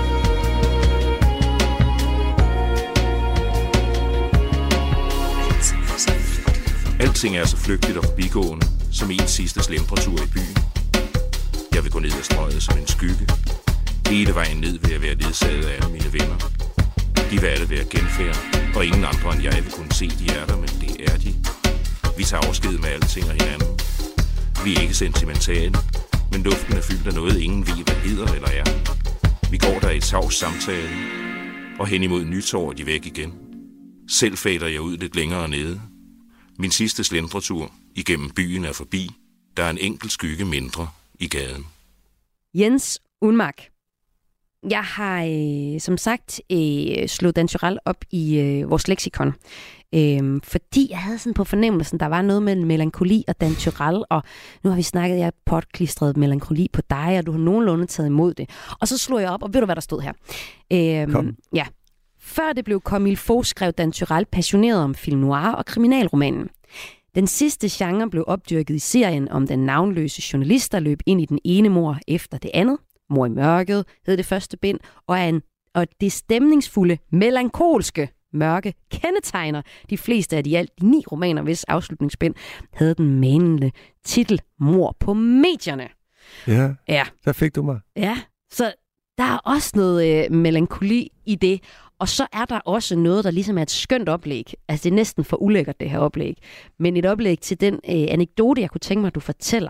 Alting er så flygtigt og forbigående, som en sidste slendretur i byen. Jeg vil gå ned ad strøget som en skygge. Hele vejen ned vil jeg være ledsaget af alle mine venner. De vil alle være genfærd, og ingen andre end jeg vil kunne se, de er der, men det er de. Vi tager afsked med alting og hinanden. Vi er ikke sentimentale, men luften er fyldt af noget, ingen ved, hvad hedder eller er. Vi går der i tavs samtale, og hen imod nytår er de væk igen. Selv fader jeg ud lidt længere nede. Min sidste slendretur igennem byen er forbi. Der er en enkelt skygge mindre i gaden. Jens Unmark. Jeg har som sagt slået Dan Turèll op i vores leksikon. Fordi jeg havde sådan på fornemmelsen, der var noget med melankoli og Dan Turèll, og nu har vi snakket, jeg potklistret melankoli på dig, og du har nogenlunde taget imod det. Og så slog jeg op, og ved du, hvad der stod her? Kom. Ja. Før det blev Camille Faux, skrev Dan Turèll passioneret om film noir og kriminalromanen. Den sidste genre blev opdyrket i serien om den navnløse journalist, der løb ind i den ene mord efter det andet. Mor i mørket hed det første bind, og det stemningsfulde, melankolske mørke kendetegner de fleste af de alt 9 romaner, hvis afslutningsbind havde den manende titel Mord på medierne. Ja, der fik du mig. Ja, så der er også noget melankoli i det. Og så er der også noget, der ligesom er et skønt oplæg. Altså, det er næsten for ulækkert, det her oplæg. Men et oplæg til den anekdote, jeg kunne tænke mig, at du fortæller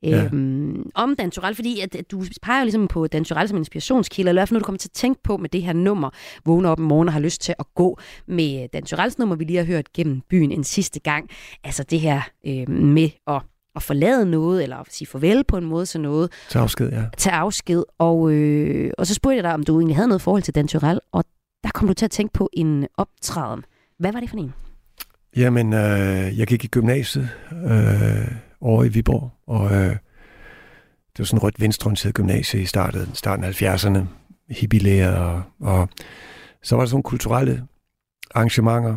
om Dan Turèll. Fordi at du peger jo ligesom på Dan Turèll som inspirationskilde, eller i hvert fald, når du kommer til at tænke på med det her nummer, vågner op om morgenen og har lyst til at gå med Dan Turèlls nummer, vi lige har hørt gennem byen en sidste gang. Altså det her med at forlade noget, eller at sige farvel på en måde til noget. Til afsked, ja. Til afsked. Og så spurgte jeg dig, om du egentlig havde noget forhold til Dan Turèll, og der kom du til at tænke på en optræden. Hvad var det for en? Jamen, jeg gik i gymnasiet over i Viborg, og det var sådan et rødt venstreorienteret gymnasie i starten af 70'erne, hippielærer, og så var der sådan kulturelle arrangementer.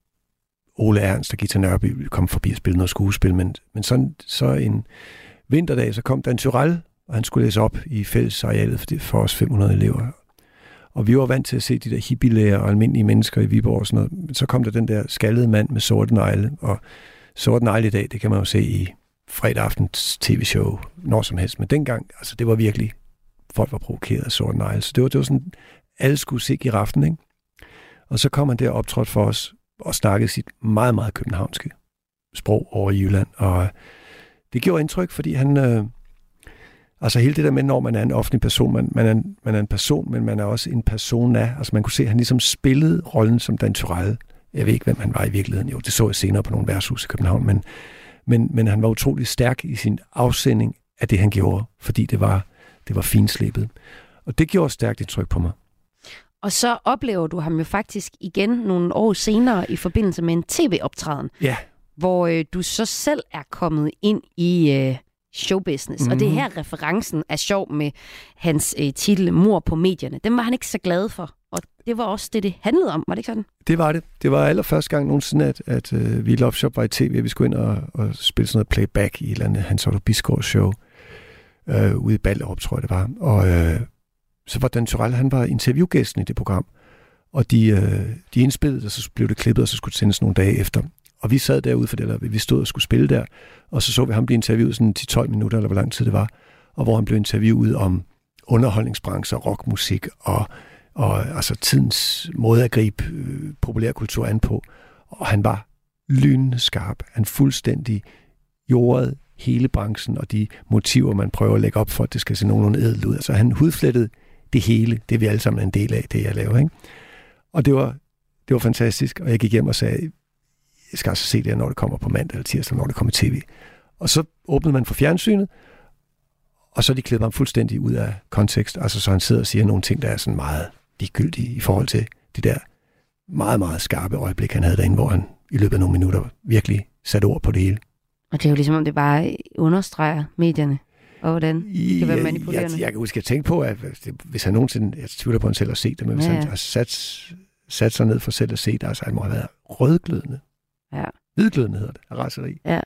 Ole Ernst og Gita Nørby kom forbi og spille noget skuespil, men så en vinterdag, så kom Dan Turèll, og han skulle læse op i fællesarealet for os 500 elever. Og vi var vant til at se de der hippielæger og almindelige mennesker i Viborg og sådan noget. Men så kom der den der skaldede mand med sorte negle. Og sorte negle i dag, det kan man jo se i fredag aftens tv-show, når som helst. Men dengang, altså det var virkelig, folk var provokeret af sorte negle. Så det var sådan, alle skulle se giraften, ikke? Og så kom han der optrådt for os og snakkede sit meget, meget københavnske sprog over i Jylland. Og det gjorde indtryk, fordi han... Altså hele det der med, når man er en offentlig person, man er en person, men man er også en persona. Altså man kunne se, at han ligesom spillede rollen som Dan Turèll. Jeg ved ikke, hvem han var i virkeligheden. Jo, det så jeg senere på nogle værtshus i København. Men han var utrolig stærk i sin afsending af det, han gjorde, fordi det var finslæbet. Og det gjorde stærkt indtryk på mig. Og så oplever du ham jo faktisk igen nogle år senere i forbindelse med en tv-optræden. Ja. Hvor du så selv er kommet ind i... showbusiness. Og det her referencen er sjov med hans titel Mord på medierne. Den var han ikke så glad for. Og det var også det handlede om. Var det ikke sådan? Det var det. Det var allerførste gang nogensinde, at vi Love Shop var i tv, og vi skulle ind og spille sådan noget playback i et eller andet Hans Otto Bisgaard show ude i Ballerup, tror jeg det var. Og så var Dan Turèll, han var interviewgæsten i det program. Og de indspillede, og så blev det klippet, og så skulle det sendes nogle dage efter. Og vi sad derude, for vi stod og skulle spille der, og så vi ham blive interviewet sådan 10-12 minutter, eller hvor lang tid det var, og hvor han blev interviewet om underholdningsbrancher, rockmusik og altså tidens måde at gribe populærkultur an på. Og han var lynende skarp. Han fuldstændig jordede hele branchen og de motiver, man prøver at lægge op for, at det skal se nogenlunde ædelt ud. Altså han hudflettede det hele, det vi alle sammen er en del af, det jeg laver, ikke? Og det var fantastisk, og jeg gik hjem og sagde, jeg skal altså se det, når det kommer på mandag eller tirsdag, når det kommer tv. Og så åbnede man for fjernsynet, og så de klippet ham fuldstændig ud af kontekst. Altså så han sidder og siger nogle ting, der er sådan meget ligegyldige i forhold til de der meget, meget skarpe øjeblik, han havde derinde, hvor han i løbet af nogle minutter virkelig satte ord på det hele. Og det er jo ligesom, om det bare understreger medierne, og hvordan det kan være manipulerende. Jeg kan huske, at tænke på, at hvis han nogensinde, jeg tvivler på, at han selv har set det, men hvis han har sat sig ned for selv at se det, altså han må have været rødglødende. Ja. Hvidglødende hedder det, af raseri. Ja.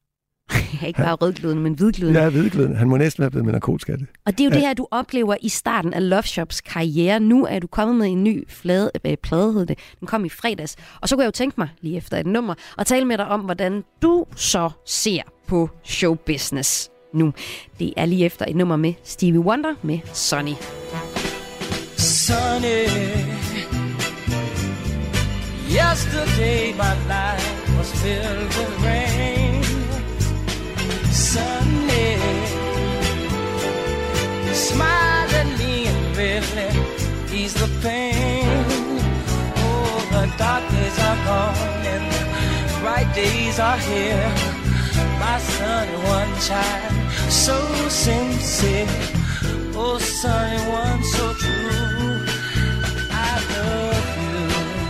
Ikke bare rødglødende, men hvidglødende. Ja, hvidglødende. Han må næsten være blevet med narkotika. Og det er jo det her, du oplever i starten af Love Shops karriere. Nu er du kommet med en ny plade, hed det. Den kom i fredags. Og så kunne jeg jo tænke mig, lige efter et nummer, og tale med dig om, hvordan du så ser på showbusiness nu. Det er lige efter et nummer med Stevie Wonder med Sunny. Sunny, yesterday my life was filled with rain. bright days are here. My sunny one child, so sincere. Oh, sunny one, so true. I love you.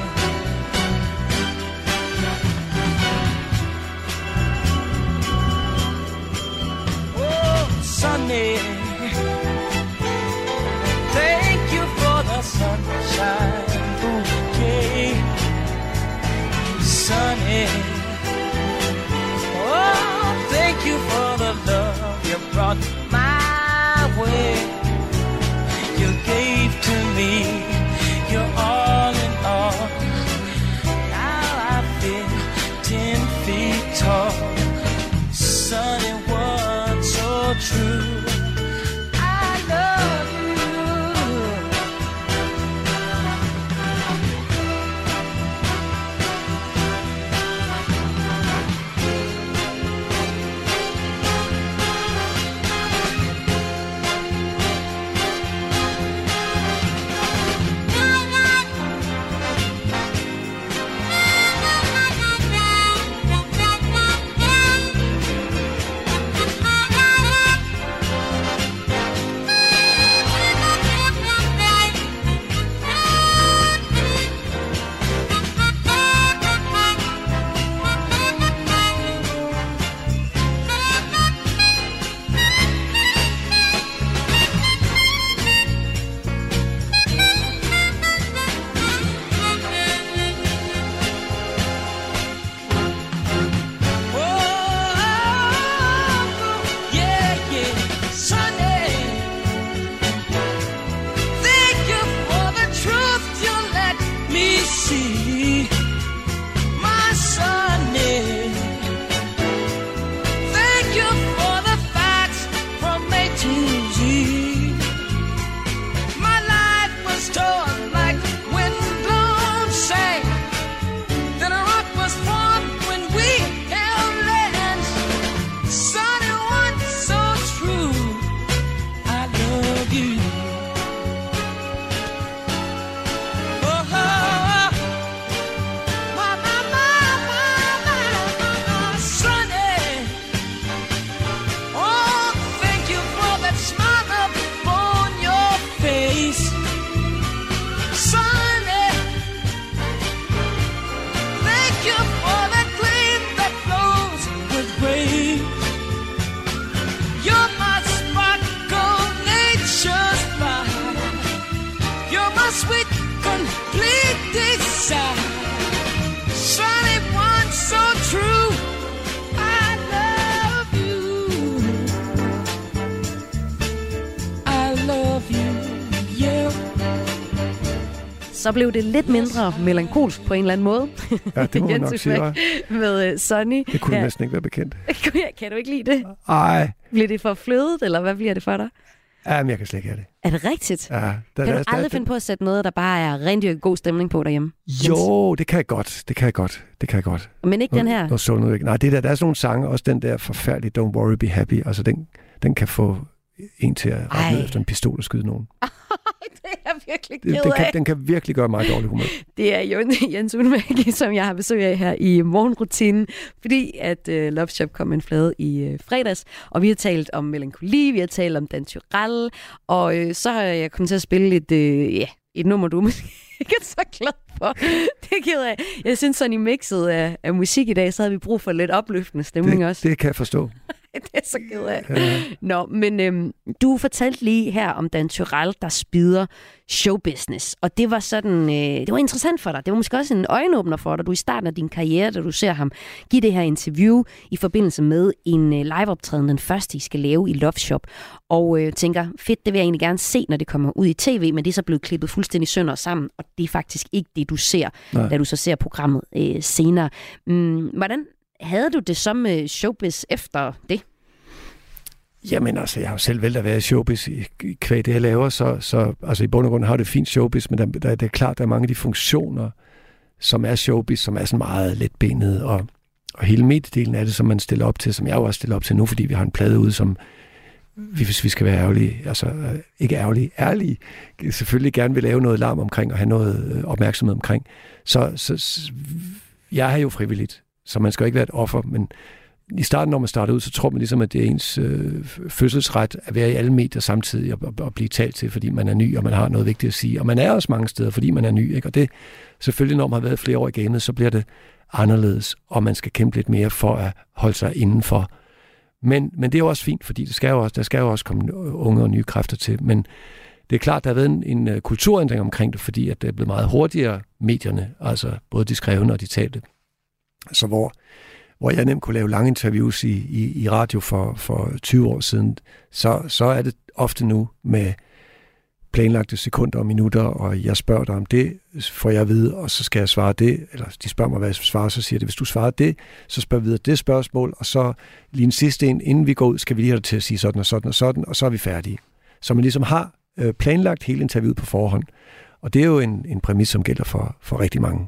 Oh, sunny, thank you for the sunshine bouquet. Sunny, oh, thank you for the love you brought my way. You gave to me your all in all. Now I feel 10 feet tall. Sunny one, so true. I love you. Så blev det lidt mindre melankolsk på en eller anden måde. Ja, det må man nok sige. Med Sunny. Det kunne næsten ikke være bekendt. Kan du ikke lide det? Nej. Bliver det for flødet, eller hvad bliver det for dig? Jamen, jeg kan slet ikke have det. Er det rigtigt? Ja. Kan du aldrig finde på at sætte noget, der bare er rent god stemning på derhjemme? Jo, det kan jeg godt. Men ikke den her? Nej, der er sådan nogle sange, også den der forfærdelige Don't Worry, Be Happy. Altså, den kan få en til at rette ned efter en pistol og skyde nogen. Det er jeg virkelig ked af. Den kan virkelig gøre mig dårlig humør. Det er Jens Unmærke, som jeg har besøg af her i morgenrutinen, fordi at Love Shop kom en flade i fredags, og vi har talt om melankoli, vi har talt om Dan Turèll, og så har jeg kommet til at spille et nummer, du måske ikke er så glad for. Det er ked af. Jeg synes, sådan i mixet af musik i dag, så havde vi brug for lidt opløftende stemning også. Det kan jeg forstå. Det er så ked af. Ja. Nå, men du fortalte lige her om Dan Turèll, der spidder showbusiness. Og det var sådan, det var interessant for dig. Det var måske også en øjenåbner for dig. Du i starten af din karriere, da du ser ham give det her interview i forbindelse med en liveoptræden, den første, I skal lave i Love Shop. Og tænker, fedt, det vil jeg egentlig gerne se, når det kommer ud i tv, men det er så blevet klippet fuldstændig sønder sammen, og det er faktisk ikke det, du ser, da du så ser programmet senere. Hvordan havde du det som showbiz efter det? Jamen altså, jeg har jo selv valgt at være i showbiz kvæg det, jeg laver, så altså, i bund og grund har det fint showbiz, men det er klart, der er mange af de funktioner, som er showbiz, som er sådan meget letbenet, og hele mediedelen af det, som man stiller op til, som jeg jo også stiller op til nu, fordi vi har en plade ude, som hvis vi skal være ærlige, altså ikke ærlige, selvfølgelig gerne vil lave noget larm omkring, og have noget opmærksomhed omkring. Så jeg er jo frivilligt Så man skal ikke være et offer, men i starten, når man starter ud, så tror man ligesom, at det er ens fødselsret at være i alle medier samtidig og blive talt til, fordi man er ny, og man har noget vigtigt at sige. Og man er også mange steder, fordi man er ny. Ikke? Og det selvfølgelig, når man har været flere år i gamet, så bliver det anderledes, og man skal kæmpe lidt mere for at holde sig indenfor. Men det er jo også fint, fordi der skal jo også komme unge og nye kræfter til. Men det er klart, der har været en kulturændring omkring det, fordi at det er blevet meget hurtigere medierne, altså både de skrevne og de talte. Så hvor jeg nemt kunne lave lange interviews i radio for 20 år siden, så er det ofte nu med planlagte sekunder og minutter, og jeg spørger dig om det, får jeg at vide, og så skal jeg svare det, eller de spørger mig, hvad jeg svarer, så siger det, hvis du svarer det, så spørger vi videre det spørgsmål, og så lige en sidste en, inden vi går ud, skal vi lige have det til at sige sådan og sådan og sådan, og så er vi færdige. Så man ligesom har planlagt hele interviewet på forhånd, og det er jo en præmis, som gælder for rigtig mange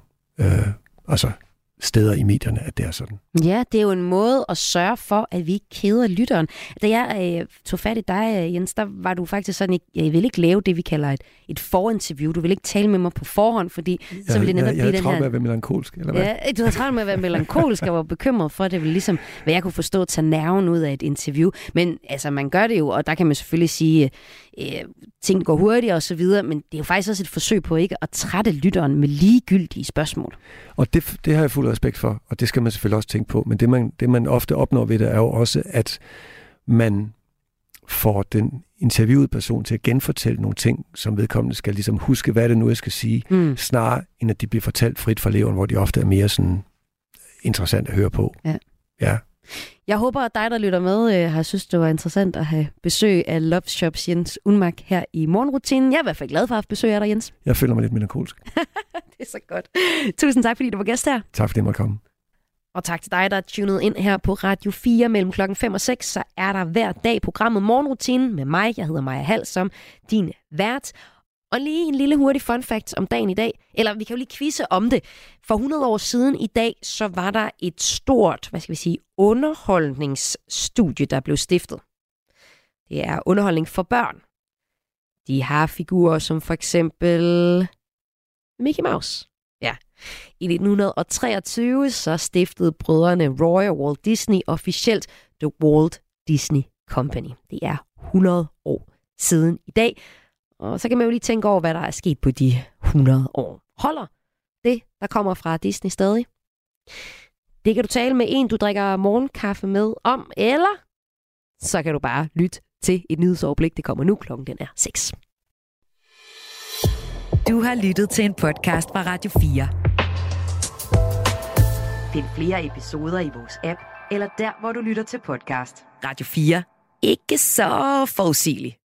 steder i medierne, at det er sådan. Ja, det er jo en måde at sørge for, at vi ikke keder lytteren. Da jeg tog fat i dig, Jens, der var du faktisk sådan, jeg vil ikke lave det, vi kalder et forinterview. Du vil ikke tale med mig på forhånd, fordi så vil det netop blive den her... Jeg har travlt med at være melankolsk, eller hvad? Ja, du har travlt med at være melankolsk og var bekymret for, at det ville ligesom, hvad jeg kunne forstå, tage nerven ud af et interview. Men altså, man gør det jo, og der kan man selvfølgelig sige, ting går hurtigt og så videre, men det er jo faktisk også et forsøg på ikke at trætte lytteren med ligegyldige spørgsmål. Og det har jeg fuld respekt for, og det skal man selvfølgelig også tænke på. Men det man ofte opnår ved det, er jo også, at man får den interviewede person til at genfortælle nogle ting, som vedkommende skal ligesom huske, hvad det nu jeg skal sige, snarere end at de bliver fortalt frit fra leveren, hvor de ofte er mere sådan interessant at høre på. Ja. Jeg håber, at dig, der lytter med, har synes, det var interessant at have besøg af Love Shops Jens Unmark her i morgenrutinen. Jeg er i hvert fald glad for at have besøg af dig, Jens. Jeg føler mig lidt melankolsk. Det er så godt. Tusind tak, fordi du var gæst her. Tak fordi jeg måtte komme. Og tak til dig, der er tunet ind her på Radio 4 mellem klokken 5 og 6. Så er der hver dag programmet Morgenrutinen med mig. Jeg hedder Maja Hall som din vært. Og lige en lille hurtig fun fact om dagen i dag. Eller vi kan jo lige quizze om det. For 100 år siden i dag, så var der et stort, underholdningsstudie, der blev stiftet. Det er underholdning for børn. De har figurer som for eksempel Mickey Mouse. Ja. I 1923 så stiftede brødrene Roy og Walt Disney officielt The Walt Disney Company. Det er 100 år siden i dag. Og så kan man jo lige tænke over, hvad der er sket på de 100 år. Holder det, der kommer fra Disney stadig? Det kan du tale med en, du drikker morgenkaffe med om, eller så kan du bare lytte til et nyhedsoverblik. Det kommer nu, klokken den er 6. Du har lyttet til en podcast fra Radio 4. Find flere episoder i vores app, eller der, hvor du lytter til podcast. Radio 4. Ikke så forudsigeligt.